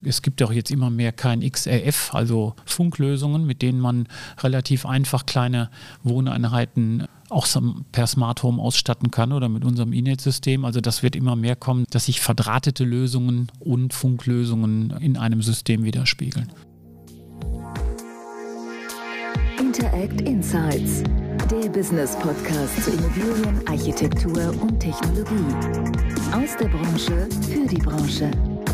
Es gibt auch jetzt immer mehr KNX-RF, also Funklösungen, mit denen man relativ einfach kleine Wohneinheiten auch per Smart Home ausstatten kann oder mit unserem E-Net-System. Also das wird immer mehr kommen, dass sich verdrahtete Lösungen und Funklösungen in einem System widerspiegeln. Interact Insights, der Business-Podcast zu Immobilien, Architektur und Technologie. Aus der Branche für die Branche.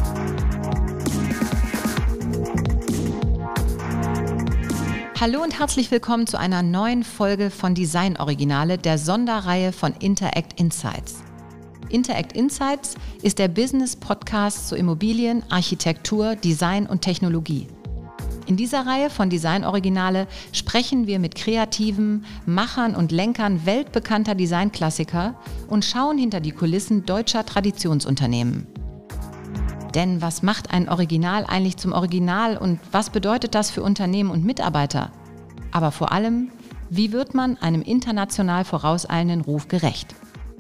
Hallo und herzlich willkommen zu einer neuen Folge von Design Originale, der Sonderreihe von Interact Insights. Interact Insights ist der Business-Podcast zu Immobilien, Architektur, Design und Technologie. In dieser Reihe von Design Originale sprechen wir mit Kreativen, Machern und Lenkern weltbekannter Designklassiker und schauen hinter die Kulissen deutscher Traditionsunternehmen. Denn was macht ein Original eigentlich zum Original und was bedeutet das für Unternehmen und Mitarbeiter? Aber vor allem, wie wird man einem international vorauseilenden Ruf gerecht?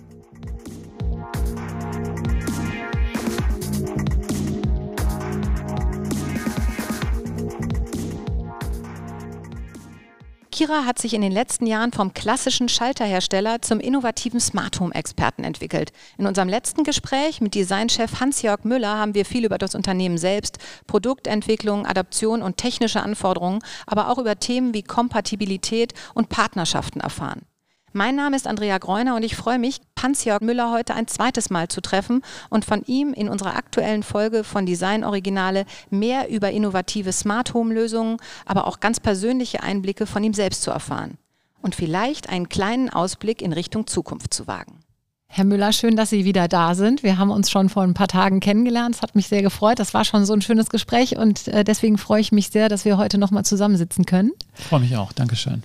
Kira hat sich in den letzten Jahren vom klassischen Schalterhersteller zum innovativen Smart Home Experten entwickelt. In unserem letzten Gespräch mit Designchef Hans-Jörg Müller haben wir viel über das Unternehmen selbst, Produktentwicklung, Adaption und technische Anforderungen, aber auch über Themen wie Kompatibilität und Partnerschaften erfahren. Mein Name ist Andrea Greuner und ich freue mich, Hans-Jörg Müller heute ein zweites Mal zu treffen und von ihm in unserer aktuellen Folge von Design Originale mehr über innovative Smart Home Lösungen, aber auch ganz persönliche Einblicke von ihm selbst zu erfahren. Und vielleicht einen kleinen Ausblick in Richtung Zukunft zu wagen. Herr Müller, schön, dass Sie wieder da sind. Wir haben uns schon vor ein paar Tagen kennengelernt. Es hat mich sehr gefreut. Das war schon so ein schönes Gespräch und deswegen freue ich mich sehr, dass wir heute nochmal zusammensitzen können. Ich freue mich auch. Dankeschön.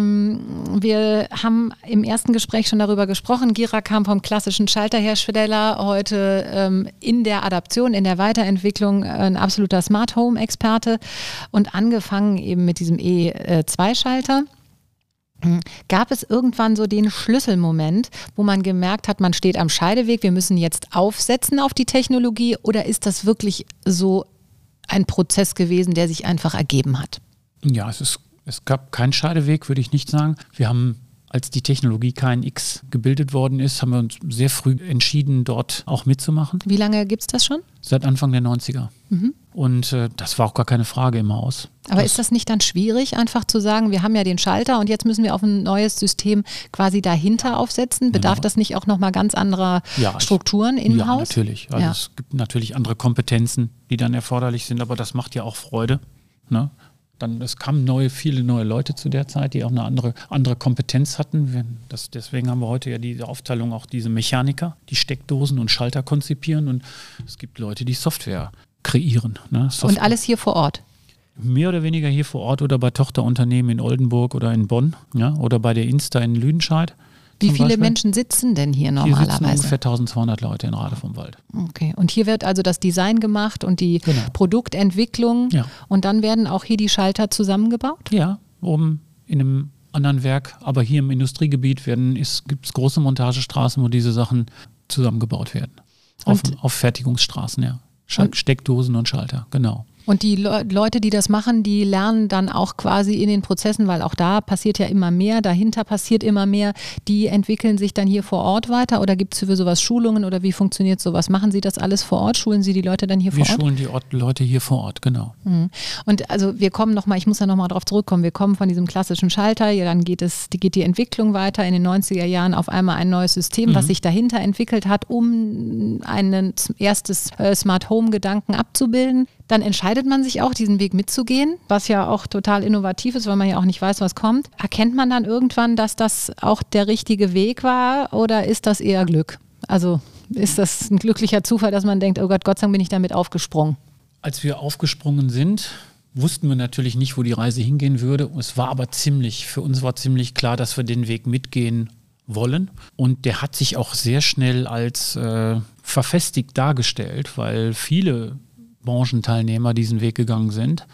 Wir haben im ersten Gespräch schon darüber gesprochen. Gira kam vom klassischen Schalterhersteller, heute in der Adaption, in der Weiterentwicklung ein absoluter Smart Home Experte und angefangen eben mit diesem E2-Schalter. Gab es irgendwann so den Schlüsselmoment, wo man gemerkt hat, man steht am Scheideweg, wir müssen jetzt aufsetzen auf die Technologie, oder ist das wirklich so ein Prozess gewesen, der sich einfach ergeben hat? Ja, es gab keinen Scheideweg, würde ich nicht sagen. Wir haben, als die Technologie KNX gebildet worden ist, haben wir uns sehr früh entschieden, dort auch mitzumachen. Wie lange gibt es das schon? Seit Anfang der 90er. Mhm. Und das war auch gar keine Frage im Haus. Aber ist das nicht dann schwierig, einfach zu sagen, wir haben ja den Schalter und jetzt müssen wir auf ein neues System quasi dahinter aufsetzen? Bedarf das nicht auch nochmal ganz anderer Strukturen im Haus? Ja, natürlich. Also es gibt natürlich andere Kompetenzen, die dann erforderlich sind, aber das macht ja auch Freude. Ne? Es kamen viele neue Leute zu der Zeit, die auch eine andere Kompetenz hatten. Deswegen haben wir heute ja diese Aufteilung, auch diese Mechaniker, die Steckdosen und Schalter konzipieren, und es gibt Leute, die Software kreieren. Ne? Und alles hier vor Ort? Mehr oder weniger hier vor Ort oder bei Tochterunternehmen in Oldenburg oder in Bonn, ja? Oder bei der Insta in Lüdenscheid. Wie viele Menschen sitzen denn hier normalerweise? Hier sitzen ungefähr 1200 Leute in Rade vom Wald. Okay, und hier wird also das Design gemacht und die Produktentwicklung, und dann werden auch hier die Schalter zusammengebaut? Ja, oben in einem anderen Werk, aber hier im Industriegebiet gibt es große Montagestraßen, wo diese Sachen zusammengebaut werden. Auf Fertigungsstraßen, ja. Steckdosen und Schalter, genau. Und die Leute, die das machen, die lernen dann auch quasi in den Prozessen, weil auch da passiert ja immer mehr, dahinter passiert immer mehr, die entwickeln sich dann hier vor Ort weiter, oder gibt es für sowas Schulungen, oder wie funktioniert sowas? Machen Sie das alles vor Ort? Schulen Sie die Leute dann hier vor Ort? Wir schulen die Leute hier vor Ort, genau. Und also wir kommen nochmal, ich muss da nochmal drauf zurückkommen, wir kommen von diesem klassischen Schalter, dann geht die Entwicklung weiter, in den 90er Jahren auf einmal ein neues System, was sich dahinter entwickelt hat, um ein erstes Smart Home Gedanken abzubilden. Dann entscheidet man sich auch, diesen Weg mitzugehen, was ja auch total innovativ ist, weil man ja auch nicht weiß, was kommt. Erkennt man dann irgendwann, dass das auch der richtige Weg war, oder ist das eher Glück? Also ist das ein glücklicher Zufall, dass man denkt, oh Gott, Gott sei Dank bin ich damit aufgesprungen? Als wir aufgesprungen sind, wussten wir natürlich nicht, wo die Reise hingehen würde. Es war aber für uns war ziemlich klar, dass wir den Weg mitgehen wollen. Und der hat sich auch sehr schnell als verfestigt dargestellt, weil viele Branchenteilnehmer diesen Weg gegangen sind.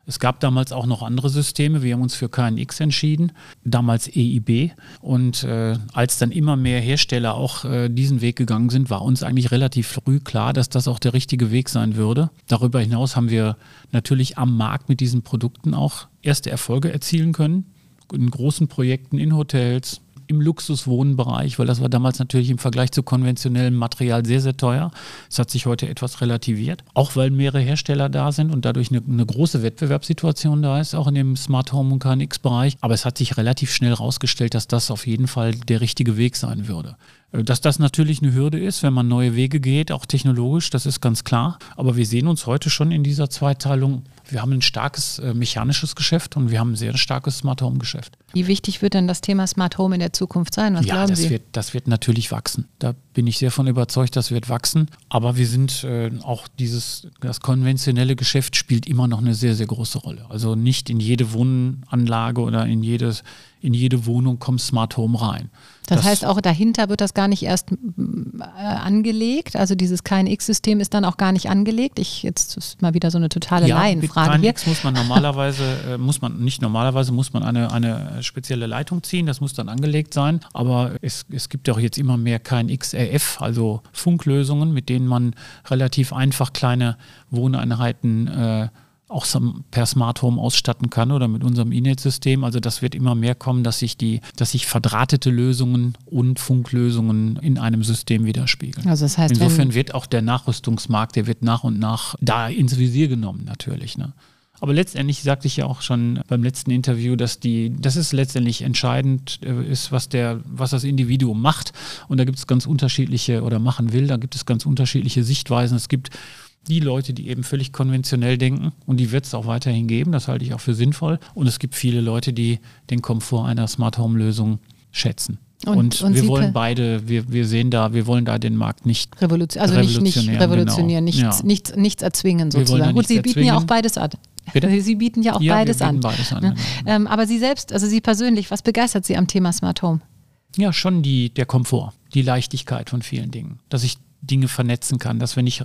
Es gab damals auch noch andere Systeme. Wir haben uns für KNX entschieden, damals EIB. Und als dann immer mehr Hersteller auch diesen Weg gegangen sind, war uns eigentlich relativ früh klar, dass das auch der richtige Weg sein würde. Darüber hinaus haben wir natürlich am Markt mit diesen Produkten auch erste Erfolge erzielen können. In großen Projekten, in Hotels, im Luxuswohnbereich, weil das war damals natürlich im Vergleich zu konventionellem Material sehr, sehr teuer. Es hat sich heute etwas relativiert, auch weil mehrere Hersteller da sind und dadurch eine große Wettbewerbssituation da ist, auch in dem Smart Home und KNX-Bereich. Aber es hat sich relativ schnell herausgestellt, dass das auf jeden Fall der richtige Weg sein würde. Dass das natürlich eine Hürde ist, wenn man neue Wege geht, auch technologisch, das ist ganz klar. Aber wir sehen uns heute schon in dieser Zweiteilung. Wir haben ein starkes mechanisches Geschäft und wir haben ein sehr starkes Smart Home Geschäft. Wie wichtig wird denn das Thema Smart Home in der Zukunft sein? Was glauben Sie? Das wird natürlich wachsen. Da bin ich sehr von überzeugt, das wird wachsen. Aber wir sind auch das konventionelle Geschäft spielt immer noch eine sehr, sehr große Rolle. Also nicht in jede Wohnanlage oder in jede Wohnung kommt Smart Home rein. Das heißt, auch dahinter wird das gar nicht erst angelegt. Also dieses KNX-System ist dann auch gar nicht angelegt. Jetzt ist mal wieder so eine totale Laienfrage hier. Mit KNX muss man eine spezielle Leitung ziehen. Das muss dann angelegt sein. Aber es gibt auch jetzt immer mehr KNX-RF, also Funklösungen, mit denen man relativ einfach kleine Wohneinheiten auch per Smart Home ausstatten kann oder mit unserem E-Net-System. Also das wird immer mehr kommen, dass sich verdrahtete Lösungen und Funklösungen in einem System widerspiegeln. Also das heißt, insofern wird auch der Nachrüstungsmarkt, der wird nach und nach da ins Visier genommen natürlich. Ne? Aber letztendlich sagte ich ja auch schon beim letzten Interview, dass es letztendlich entscheidend ist, was das Individuum macht. Und da gibt es ganz unterschiedliche oder machen will, da gibt es ganz unterschiedliche Sichtweisen. Es gibt die Leute, die eben völlig konventionell denken und die wird es auch weiterhin geben, das halte ich auch für sinnvoll. Und es gibt viele Leute, die den Komfort einer Smart Home Lösung schätzen. Und wir wollen beide, wir wollen da den Markt nicht revolutionieren, nichts erzwingen sozusagen. Gut, Sie bieten ja auch beides an. Bitte? Sie bieten ja auch beides an. Aber Sie selbst, also Sie persönlich, was begeistert Sie am Thema Smart Home? Ja, schon der Komfort, die Leichtigkeit von vielen Dingen, dass ich Dinge vernetzen kann, dass wenn ich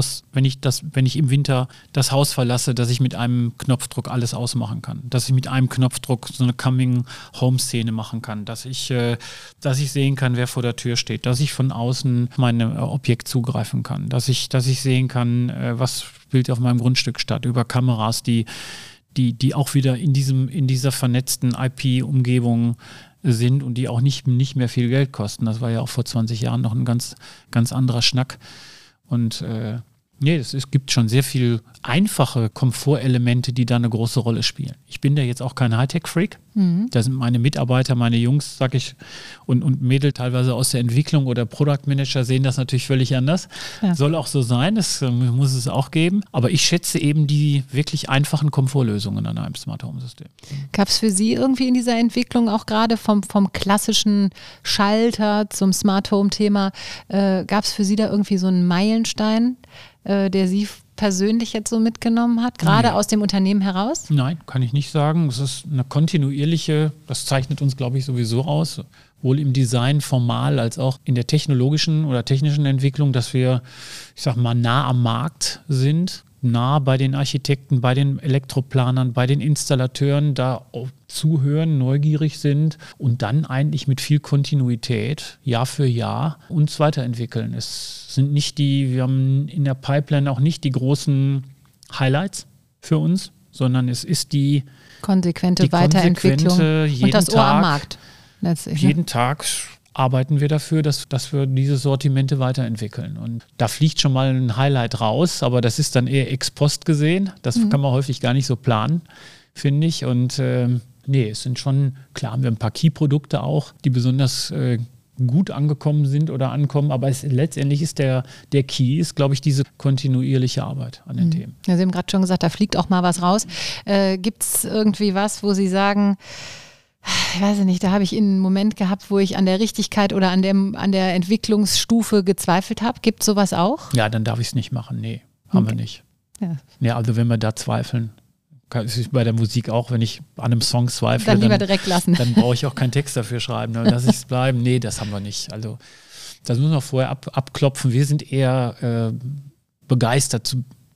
im Winter das Haus verlasse, dass ich mit einem Knopfdruck alles ausmachen kann, dass ich mit einem Knopfdruck so eine Coming-Home-Szene machen kann, dass ich sehen kann, wer vor der Tür steht, dass ich von außen mein Objekt zugreifen kann, dass ich sehen kann, was spielt auf meinem Grundstück statt, über Kameras, die auch wieder in dieser vernetzten IP-Umgebung sind und die auch nicht mehr viel Geld kosten. Das war ja auch vor 20 Jahren noch ein ganz, ganz anderer Schnack. Und es gibt schon sehr viel einfache Komfortelemente, die da eine große Rolle spielen. Ich bin da jetzt auch kein Hightech-Freak. Da sind meine Mitarbeiter, meine Jungs, sag ich, und Mädel teilweise aus der Entwicklung oder Product Manager sehen das natürlich völlig anders. Ja. Soll auch so sein, das muss es auch geben. Aber ich schätze eben die wirklich einfachen Komfortlösungen an einem Smart Home System. Gab es für Sie irgendwie in dieser Entwicklung auch gerade vom klassischen Schalter zum Smart Home Thema, gab es für Sie da irgendwie so einen Meilenstein, der Sie persönlich jetzt so mitgenommen hat, gerade aus dem Unternehmen heraus? Nein, kann ich nicht sagen. Es ist eine kontinuierliche, das zeichnet uns, glaube ich, sowieso aus, sowohl im Design formal als auch in der technologischen oder technischen Entwicklung, dass wir, ich sag mal, nah am Markt sind, nah bei den Architekten, bei den Elektroplanern, bei den Installateuren, da zuhören, neugierig sind und dann eigentlich mit viel Kontinuität Jahr für Jahr uns weiterentwickeln. Wir haben in der Pipeline auch nicht die großen Highlights für uns, sondern es ist die konsequente Weiterentwicklung und das Ohr am Markt. Jeden Tag arbeiten wir dafür, dass wir diese Sortimente weiterentwickeln. Und da fliegt schon mal ein Highlight raus, aber das ist dann eher ex post gesehen. Das kann man häufig gar nicht so planen, finde ich. Und es sind schon, klar haben wir ein paar Key-Produkte auch, die besonders gut angekommen sind oder ankommen, aber letztendlich ist der Key, glaube ich, diese kontinuierliche Arbeit an den Themen. Ja, Sie haben gerade schon gesagt, da fliegt auch mal was raus. Gibt es irgendwie was, wo Sie sagen, ich weiß nicht, da habe ich einen Moment gehabt, wo ich an der Richtigkeit oder an der Entwicklungsstufe gezweifelt habe. Gibt es sowas auch? Ja, dann darf ich es nicht machen. Nee, haben wir nicht. Ja, also wenn wir da zweifeln, es ist bei der Musik auch, wenn ich an einem Song zweifle, dann lieber direkt lassen. Dann brauche ich auch keinen Text dafür schreiben, dann lasse ich es bleiben. Nee, das haben wir nicht. Also das müssen wir vorher abklopfen. Wir sind eher begeistert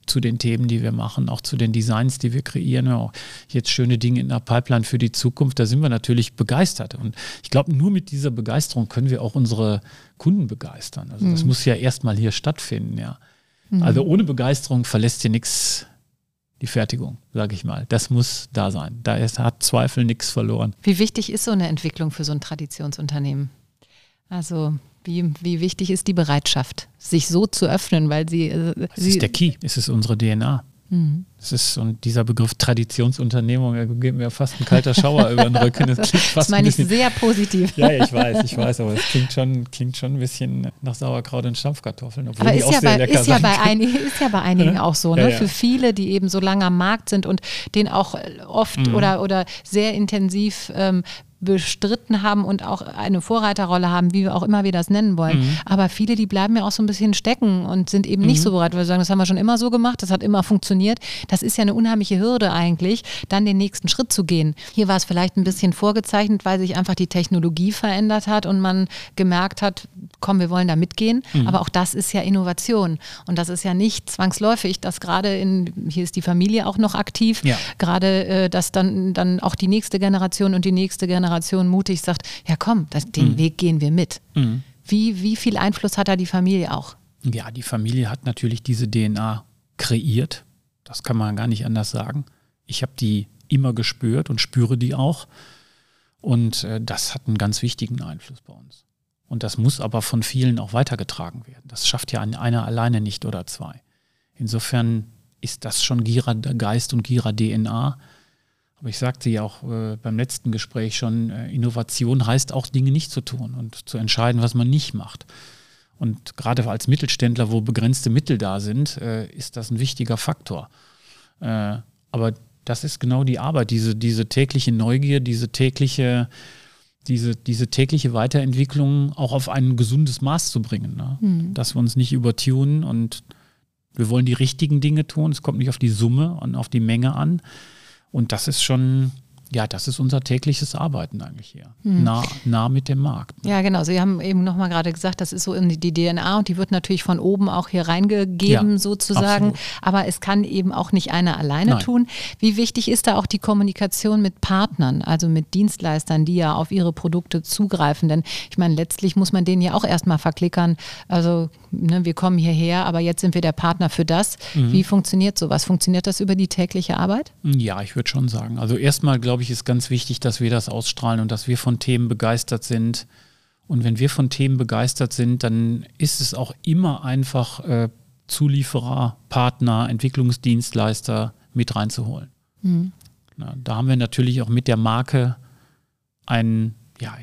zu den Themen, die wir machen, auch zu den Designs, die wir kreieren, auch jetzt schöne Dinge in der Pipeline für die Zukunft. Da sind wir natürlich begeistert. Und ich glaube, nur mit dieser Begeisterung können wir auch unsere Kunden begeistern. Also das muss ja erstmal hier stattfinden, ja. Also ohne Begeisterung verlässt hier nichts die Fertigung, sage ich mal. Das muss da sein. Da hat Zweifel nichts verloren. Wie wichtig ist so eine Entwicklung für so ein Traditionsunternehmen? Also wie wichtig ist die Bereitschaft, sich so zu öffnen, weil das ist der Key, es ist unsere DNA. Das ist, und dieser Begriff Traditionsunternehmung, da geht mir fast ein kalter Schauer über den Rücken. Das meine ich sehr positiv. Ja, ich weiß, aber es klingt schon ein bisschen nach Sauerkraut und Stampfkartoffeln. Obwohl Aber die auch sehr lecker sind. Ist ja bei einigen auch so, ne? Ja. Für viele, die eben so lange am Markt sind und den auch oft oder sehr intensiv bestritten haben und auch eine Vorreiterrolle haben, wie wir auch immer wir das nennen wollen. Aber viele, die bleiben ja auch so ein bisschen stecken und sind eben nicht so bereit, weil sie sagen, das haben wir schon immer so gemacht, das hat immer funktioniert. Das ist ja eine unheimliche Hürde eigentlich, dann den nächsten Schritt zu gehen. Hier war es vielleicht ein bisschen vorgezeichnet, weil sich einfach die Technologie verändert hat und man gemerkt hat, komm, wir wollen da mitgehen. Aber auch das ist ja Innovation. Und das ist ja nicht zwangsläufig, dass gerade hier ist die Familie auch noch aktiv, gerade dass dann auch die nächste Generation und die nächste Generation mutig sagt, ja komm, den Weg gehen wir mit. Wie viel Einfluss hat da die Familie auch? Ja, die Familie hat natürlich diese DNA kreiert. Das kann man gar nicht anders sagen. Ich habe die immer gespürt und spüre die auch. Und das hat einen ganz wichtigen Einfluss bei uns. Und das muss aber von vielen auch weitergetragen werden. Das schafft ja einer alleine nicht oder zwei. Insofern ist das schon Gira-Geist und Gira-DNA. Aber ich sagte ja auch beim letzten Gespräch schon, Innovation heißt auch, Dinge nicht zu tun und zu entscheiden, was man nicht macht. Und gerade als Mittelständler, wo begrenzte Mittel da sind, ist das ein wichtiger Faktor. Aber das ist genau die Arbeit, diese tägliche Neugier, diese tägliche Weiterentwicklung auch auf ein gesundes Maß zu bringen. Ne? Dass wir uns nicht übertunen und wir wollen die richtigen Dinge tun. Es kommt nicht auf die Summe und auf die Menge an. Und das ist schon, ja, das ist unser tägliches Arbeiten eigentlich hier. Nah mit dem Markt. Ja, genau. Sie haben eben nochmal gerade gesagt, das ist so in die DNA und die wird natürlich von oben auch hier reingegeben sozusagen. Absolut. Aber es kann eben auch nicht einer alleine tun. Wie wichtig ist da auch die Kommunikation mit Partnern, also mit Dienstleistern, die ja auf ihre Produkte zugreifen? Denn ich meine, letztlich muss man denen ja auch erstmal verklickern. Also wir kommen hierher, aber jetzt sind wir der Partner für das. Wie funktioniert sowas? Funktioniert das über die tägliche Arbeit? Ja, ich würde schon sagen. Also erstmal, glaube ich, ist ganz wichtig, dass wir das ausstrahlen und dass wir von Themen begeistert sind. Und wenn wir von Themen begeistert sind, dann ist es auch immer einfach, Zulieferer, Partner, Entwicklungsdienstleister mit reinzuholen. Da haben wir natürlich auch mit der Marke eine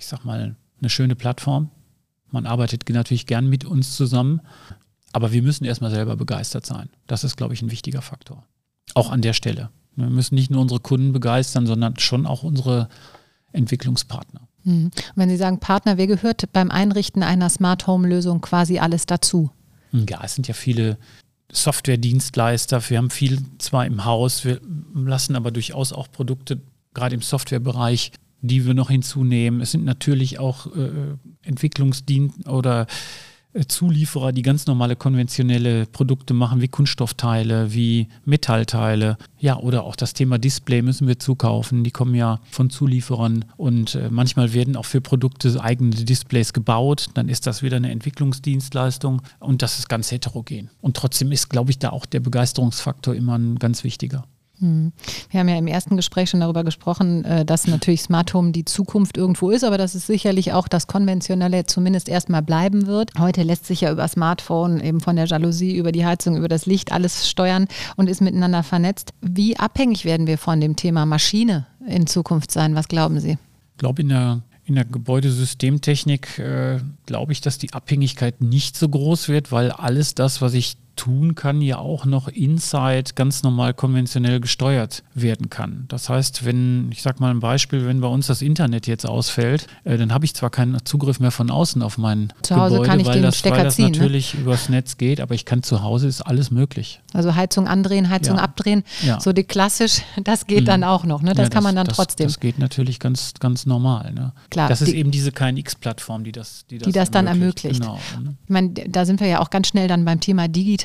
schöne Plattform. Man arbeitet natürlich gern mit uns zusammen, aber wir müssen erstmal selber begeistert sein. Das ist, glaube ich, ein wichtiger Faktor. Auch an der Stelle. Wir müssen nicht nur unsere Kunden begeistern, sondern schon auch unsere Entwicklungspartner. Und wenn Sie sagen Partner, wer gehört beim Einrichten einer Smart Home Lösung quasi alles dazu? Ja, es sind ja viele Software-Dienstleister. Wir haben viel zwar im Haus, wir lassen aber durchaus auch Produkte, gerade im Softwarebereich, die wir noch hinzunehmen. Es sind natürlich auch Entwicklungsdienste oder Zulieferer, die ganz normale konventionelle Produkte machen, wie Kunststoffteile, wie Metallteile. Ja, oder auch das Thema Display müssen wir zukaufen. Die kommen ja von Zulieferern und manchmal werden auch für Produkte eigene Displays gebaut. Dann ist das wieder eine Entwicklungsdienstleistung und das ist ganz heterogen. Und trotzdem ist, glaube ich, da auch der Begeisterungsfaktor immer ein ganz wichtiger. Wir haben ja im ersten Gespräch schon darüber gesprochen, dass natürlich Smart Home die Zukunft irgendwo ist, aber dass es sicherlich auch das Konventionelle zumindest erstmal bleiben wird. Heute lässt sich ja über Smartphone, eben von der Jalousie, über die Heizung, über das Licht alles steuern und ist miteinander vernetzt. Wie abhängig werden wir von dem Thema Maschine in Zukunft sein? Was glauben Sie? Ich glaube, in der Gebäudesystemtechnik glaube ich, dass die Abhängigkeit nicht so groß wird, weil alles das, was ich tun kann, ja auch noch inside ganz normal konventionell gesteuert werden kann. Das heißt, ich sage mal ein Beispiel, wenn bei uns das Internet jetzt ausfällt, dann habe ich zwar keinen Zugriff mehr von außen auf mein zu Hause Gebäude, kann ich den Stecker ziehen, natürlich übers Netz geht, aber ich kann zu Hause, ist alles möglich. Also Heizung andrehen, Heizung abdrehen, so die klassisch, das geht dann auch noch, ne? Das kann man dann trotzdem. Das geht natürlich ganz, ganz normal. Ne? Klar, das ist eben diese KNX-Plattform, die das dann ermöglicht. Genau. Ich meine, da sind wir ja auch ganz schnell dann beim Thema Digitalisierung.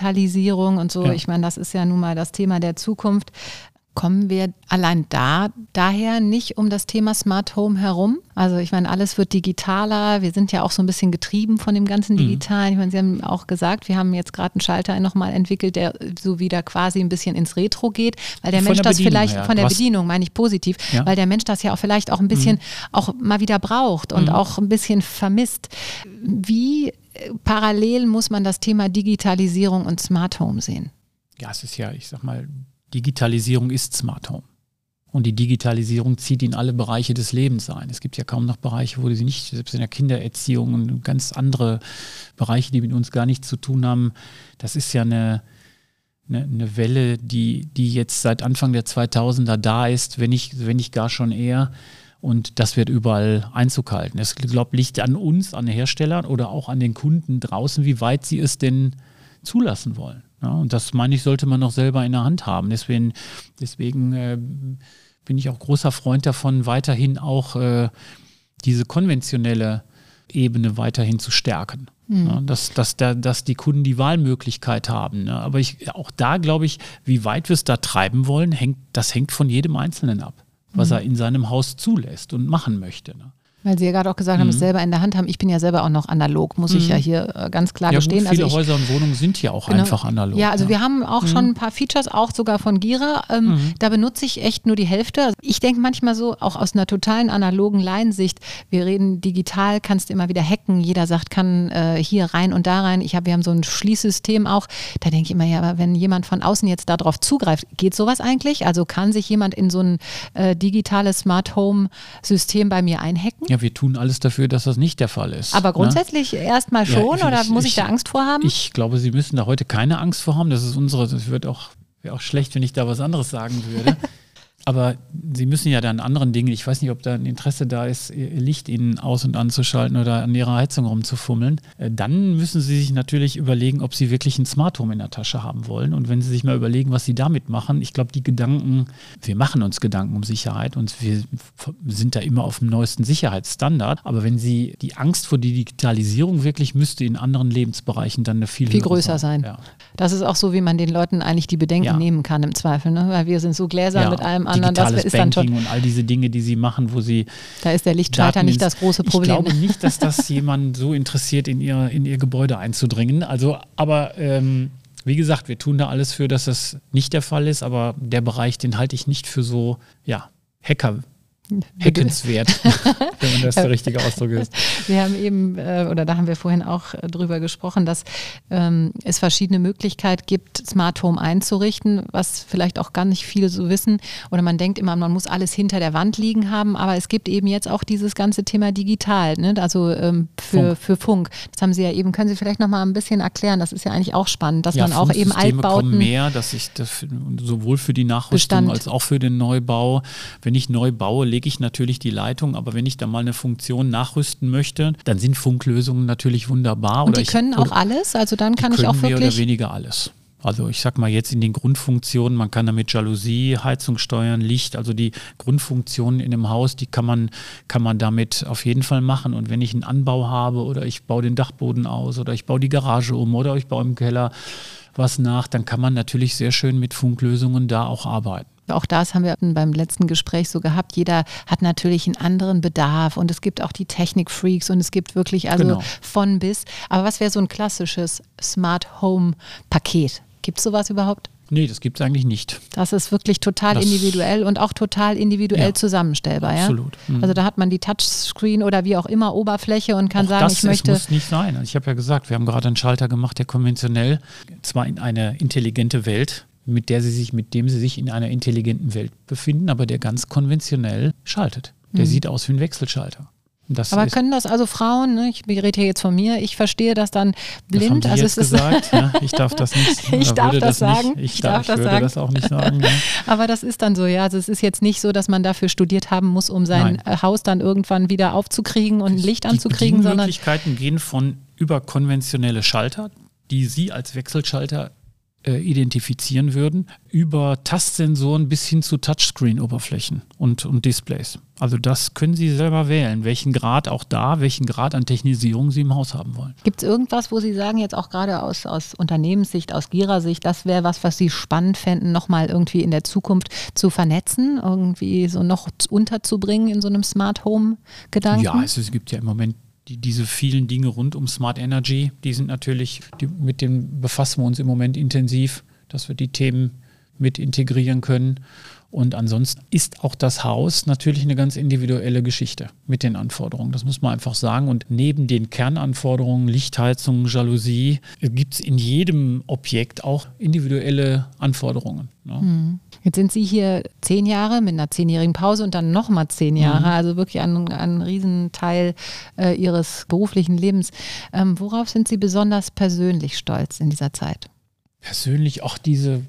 Digitalisierung und so. Ja. Ich meine, das ist ja nun mal das Thema der Zukunft. Kommen wir allein daher nicht um das Thema Smart Home herum? Also ich meine, alles wird digitaler. Wir sind ja auch so ein bisschen getrieben von dem ganzen Digitalen. Ich meine, Sie haben auch gesagt, wir haben jetzt gerade einen Schalter nochmal entwickelt, der so wieder quasi ein bisschen ins Retro geht, weil der Mensch das vielleicht, von der Bedienung meine ich positiv, weil der Mensch das ja auch vielleicht auch ein bisschen auch mal wieder braucht und auch ein bisschen vermisst. Wie parallel muss man das Thema Digitalisierung und Smart Home sehen? Ja, es ist ja, ich sag mal, Digitalisierung ist Smart Home. Und die Digitalisierung zieht in alle Bereiche des Lebens ein. Es gibt ja kaum noch Bereiche, wo sie nicht, selbst in der Kindererziehung und ganz andere Bereiche, die mit uns gar nichts zu tun haben. Das ist ja eine Welle, die jetzt seit Anfang der 2000er da ist, wenn nicht gar schon eher. Und das wird überall Einzug halten. Es, glaube ich, liegt an uns, an den Herstellern oder auch an den Kunden draußen, wie weit sie es denn zulassen wollen. Ja, und das, meine ich, sollte man noch selber in der Hand haben. Deswegen bin ich auch großer Freund davon, weiterhin auch diese konventionelle Ebene weiterhin zu stärken. Ja, dass die Kunden die Wahlmöglichkeit haben. Ne? Aber auch da glaube ich, wie weit wir es da treiben wollen, das hängt von jedem Einzelnen ab, was er in seinem Haus zulässt und machen möchte. Ne? Weil Sie ja gerade auch gesagt haben, es selber in der Hand haben. Ich bin ja selber auch noch analog, muss ich ja hier ganz klar gestehen. Gut, viele Häuser und Wohnungen sind ja auch einfach analog. Ja, also wir haben auch schon ein paar Features, auch sogar von Gira. Da benutze ich echt nur die Hälfte. Also ich denke manchmal so, auch aus einer totalen analogen Laiensicht, wir reden digital, kannst du immer wieder hacken. Jeder sagt, kann hier rein und da rein. Wir haben so ein Schließsystem auch. Da denke ich immer, ja, aber wenn jemand von außen jetzt darauf zugreift, geht sowas eigentlich? Also kann sich jemand in so ein digitales Smart Home System bei mir einhacken? Ja, wir tun alles dafür, dass das nicht der Fall ist. Aber grundsätzlich erstmal schon, oder muss ich da Angst vor haben? Ich glaube, Sie müssen da heute keine Angst vor haben. Das wäre auch schlecht, wenn ich da was anderes sagen würde. Aber Sie müssen ja dann an anderen Dingen, ich weiß nicht, ob da ein Interesse da ist, Ihr Licht innen aus- und anzuschalten oder an Ihrer Heizung rumzufummeln. Dann müssen Sie sich natürlich überlegen, ob Sie wirklich ein Smart Home in der Tasche haben wollen. Und wenn Sie sich mal überlegen, was Sie damit machen, ich glaube, wir machen uns Gedanken um Sicherheit und wir sind da immer auf dem neuesten Sicherheitsstandard. Aber wenn Sie die Angst vor der Digitalisierung wirklich müsste in anderen Lebensbereichen dann eine viel größer sein. Ja. Das ist auch so, wie man den Leuten eigentlich die Bedenken nehmen kann im Zweifel, ne? Weil wir sind so gläsern mit allem anderen. Digitales das ist Banking dann und all diese Dinge, die sie machen, wo sie... Da ist der Lichtschalter nicht das große Problem. Ich glaube nicht, dass das jemand so interessiert, in ihr Gebäude einzudringen. Also, aber wie gesagt, wir tun da alles für, dass das nicht der Fall ist, aber der Bereich, den halte ich nicht für so, hackenswert, wenn das der richtige Ausdruck ist. Wir haben eben, oder da haben wir vorhin auch drüber gesprochen, dass es verschiedene Möglichkeiten gibt, Smart Home einzurichten, was vielleicht auch gar nicht viele so wissen. Oder man denkt immer, man muss alles hinter der Wand liegen haben, aber es gibt eben jetzt auch dieses ganze Thema digital, ne? Also für Funk. Das haben Sie ja eben, können Sie vielleicht noch mal ein bisschen erklären, das ist ja eigentlich auch spannend, dass man auch eben Altbauten... kommen mehr, dass ich das sowohl für die Nachrüstung als auch für den Neubau, wenn ich neu baue, lege ich natürlich die Leitung, aber wenn ich da mal eine Funktion nachrüsten möchte, dann sind Funklösungen natürlich wunderbar. Und die können auch alles? Also dann kann ich auch wirklich... mehr oder weniger alles. Also ich sag mal jetzt in den Grundfunktionen, man kann damit Jalousie, Heizung steuern, Licht, also die Grundfunktionen in einem Haus, die kann man damit auf jeden Fall machen. Und wenn ich einen Anbau habe oder ich baue den Dachboden aus oder ich baue die Garage um oder ich baue im Keller was nach, dann kann man natürlich sehr schön mit Funklösungen da auch arbeiten. Auch das haben wir beim letzten Gespräch so gehabt. Jeder hat natürlich einen anderen Bedarf und es gibt auch die Technikfreaks und es gibt wirklich von bis. Aber was wäre so ein klassisches Smart Home Paket? Gibt es sowas überhaupt? Nee, das gibt es eigentlich nicht. Das ist wirklich total individuell und auch total individuell zusammenstellbar. Absolut. Ja? Also da hat man die Touchscreen oder wie auch immer Oberfläche und kann sagen, ich möchte... Das muss nicht sein. Ich habe ja gesagt, wir haben gerade einen Schalter gemacht, der konventionell zwar in eine intelligente Welt, mit dem sie sich in einer intelligenten Welt befinden, aber der ganz konventionell schaltet. Der sieht aus wie ein Wechselschalter. Aber können das also Frauen, ne? Ich rede hier jetzt von mir, ich verstehe das dann blind. Das haben Sie jetzt gesagt, ja, ich darf das nicht. Ich darf das sagen. Ich würde das auch nicht sagen. Ja. Aber das ist dann so, ja. Also es ist jetzt nicht so, dass man dafür studiert haben muss, um sein Haus dann irgendwann wieder aufzukriegen und Licht anzukriegen. Die Möglichkeiten gehen von über konventionelle Schalter, die Sie als Wechselschalter identifizieren würden, über Tastsensoren bis hin zu Touchscreen-Oberflächen und Displays. Also das können Sie selber wählen, welchen Grad an Technisierung Sie im Haus haben wollen. Gibt es irgendwas, wo Sie sagen, jetzt auch gerade aus Unternehmenssicht, aus Gira-Sicht, das wäre was Sie spannend fänden, nochmal irgendwie in der Zukunft zu vernetzen, irgendwie so noch unterzubringen in so einem Smart Home-Gedanken? Ja, es gibt ja im Moment diese vielen Dinge rund um Smart Energy, die sind natürlich, mit denen befassen wir uns im Moment intensiv, dass wir die Themen mit integrieren können. Und ansonsten ist auch das Haus natürlich eine ganz individuelle Geschichte mit den Anforderungen. Das muss man einfach sagen. Und neben den Kernanforderungen, Lichtheizung, Jalousie, gibt es in jedem Objekt auch individuelle Anforderungen. Ne? Jetzt sind Sie hier 10 Jahre mit einer 10-jährigen Pause und dann nochmal 10 Jahre, also wirklich ein Riesenteil Ihres beruflichen Lebens. Worauf sind Sie besonders persönlich stolz in dieser Zeit? Persönlich auch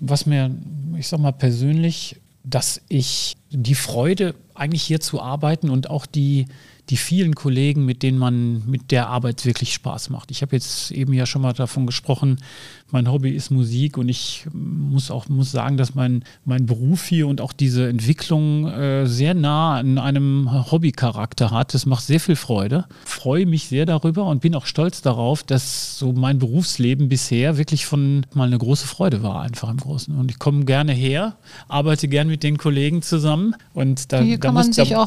persönlich, dass ich die Freude, eigentlich hier zu arbeiten und auch die vielen Kollegen, mit denen man mit der Arbeit wirklich Spaß macht. Ich habe jetzt eben ja schon mal davon gesprochen, mein Hobby ist Musik und ich muss sagen, dass mein Beruf hier und auch diese Entwicklung sehr nah an einem Hobbycharakter hat. Das macht sehr viel Freude. Freue mich sehr darüber und bin auch stolz darauf, dass so mein Berufsleben bisher wirklich mal eine große Freude war, einfach im Großen. Und ich komme gerne her, arbeite gerne mit den Kollegen zusammen und da muss man sich auch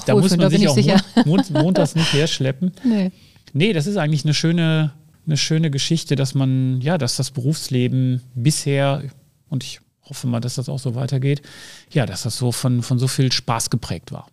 montags nicht herschleppen. Nee, das ist eigentlich eine schöne Geschichte, dass das Berufsleben bisher, und ich hoffe mal, dass das auch so weitergeht, dass das so von so viel Spaß geprägt war.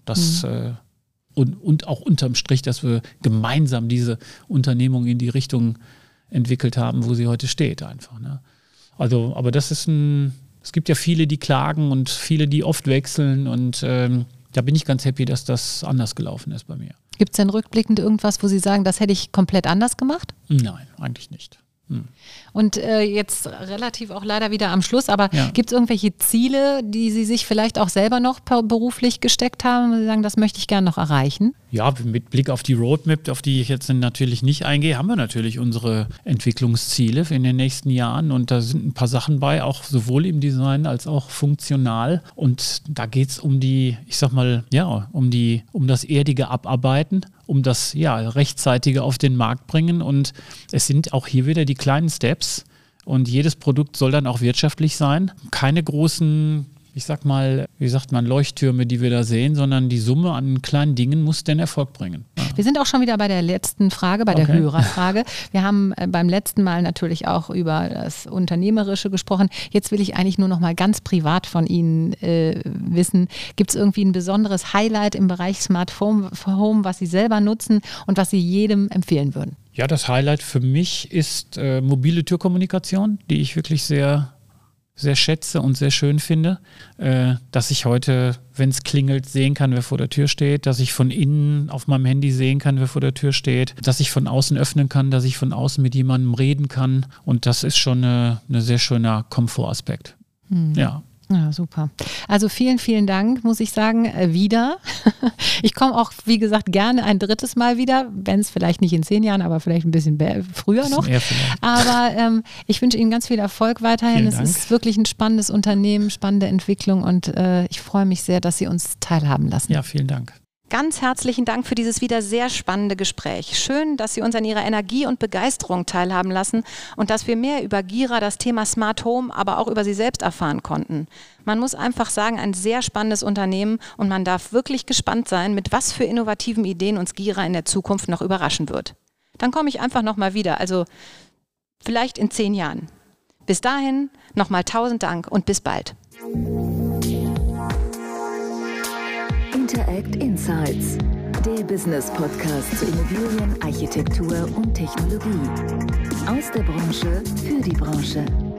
Und auch unterm Strich, dass wir gemeinsam diese Unternehmung in die Richtung entwickelt haben, wo sie heute steht einfach. Ne? Also, aber es gibt ja viele, die klagen und viele, die oft wechseln und da bin ich ganz happy, dass das anders gelaufen ist bei mir. Gibt es denn rückblickend irgendwas, wo Sie sagen, das hätte ich komplett anders gemacht? Nein, eigentlich nicht. Und jetzt relativ auch leider wieder am Schluss, aber gibt es irgendwelche Ziele, die Sie sich vielleicht auch selber noch beruflich gesteckt haben, wo Sie sagen, das möchte ich gerne noch erreichen? Ja, mit Blick auf die Roadmap, auf die ich jetzt natürlich nicht eingehe, haben wir natürlich unsere Entwicklungsziele in den nächsten Jahren und da sind ein paar Sachen bei, auch sowohl im Design als auch funktional und da geht es um um das erdige Abarbeiten, um das rechtzeitige auf den Markt bringen und es sind auch hier wieder die kleinen Steps und jedes Produkt soll dann auch wirtschaftlich sein. Keine großen, Leuchttürme, die wir da sehen, sondern die Summe an kleinen Dingen muss den Erfolg bringen. Ja. Wir sind auch schon wieder bei der letzten Frage, der Hörerfrage. Wir haben beim letzten Mal natürlich auch über das Unternehmerische gesprochen. Jetzt will ich eigentlich nur noch mal ganz privat von Ihnen wissen, gibt es irgendwie ein besonderes Highlight im Bereich Smart Home, was Sie selber nutzen und was Sie jedem empfehlen würden? Ja, das Highlight für mich ist mobile Türkommunikation, die ich wirklich sehr sehr schätze und sehr schön finde, dass ich heute, wenn es klingelt, sehen kann, wer vor der Tür steht, dass ich von innen auf meinem Handy sehen kann, wer vor der Tür steht, dass ich von außen öffnen kann, dass ich von außen mit jemandem reden kann und das ist schon eine sehr schöner Komfortaspekt. Ja. Ja, super. Also vielen, vielen Dank, muss ich sagen, wieder. Ich komme auch, wie gesagt, gerne ein drittes Mal wieder, wenn es vielleicht nicht in 10 Jahren, aber vielleicht ein bisschen früher noch. Aber ich wünsche Ihnen ganz viel Erfolg weiterhin. Es ist wirklich ein spannendes Unternehmen, spannende Entwicklung und ich freue mich sehr, dass Sie uns teilhaben lassen. Ja, vielen Dank. Ganz herzlichen Dank für dieses wieder sehr spannende Gespräch. Schön, dass Sie uns an Ihrer Energie und Begeisterung teilhaben lassen und dass wir mehr über Gira, das Thema Smart Home, aber auch über Sie selbst erfahren konnten. Man muss einfach sagen, ein sehr spannendes Unternehmen und man darf wirklich gespannt sein, mit was für innovativen Ideen uns Gira in der Zukunft noch überraschen wird. Dann komme ich einfach nochmal wieder, also vielleicht in 10 Jahren. Bis dahin nochmal 1000 Dank und bis bald. Interact Insights, der Business-Podcast zu Immobilien, Architektur und Technologie. Aus der Branche für die Branche.